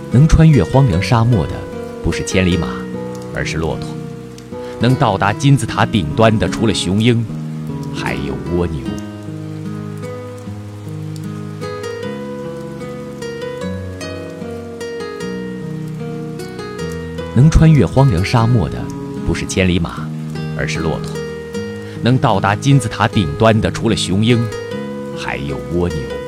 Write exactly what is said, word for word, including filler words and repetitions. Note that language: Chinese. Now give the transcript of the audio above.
能穿越荒凉沙漠的，不是千里马，而是骆驼；能到达金字塔顶端的，除了雄鹰，还有蜗牛。能穿越荒凉沙漠的，不是千里马，而是骆驼；能到达金字塔顶端的，除了雄鹰，还有蜗牛。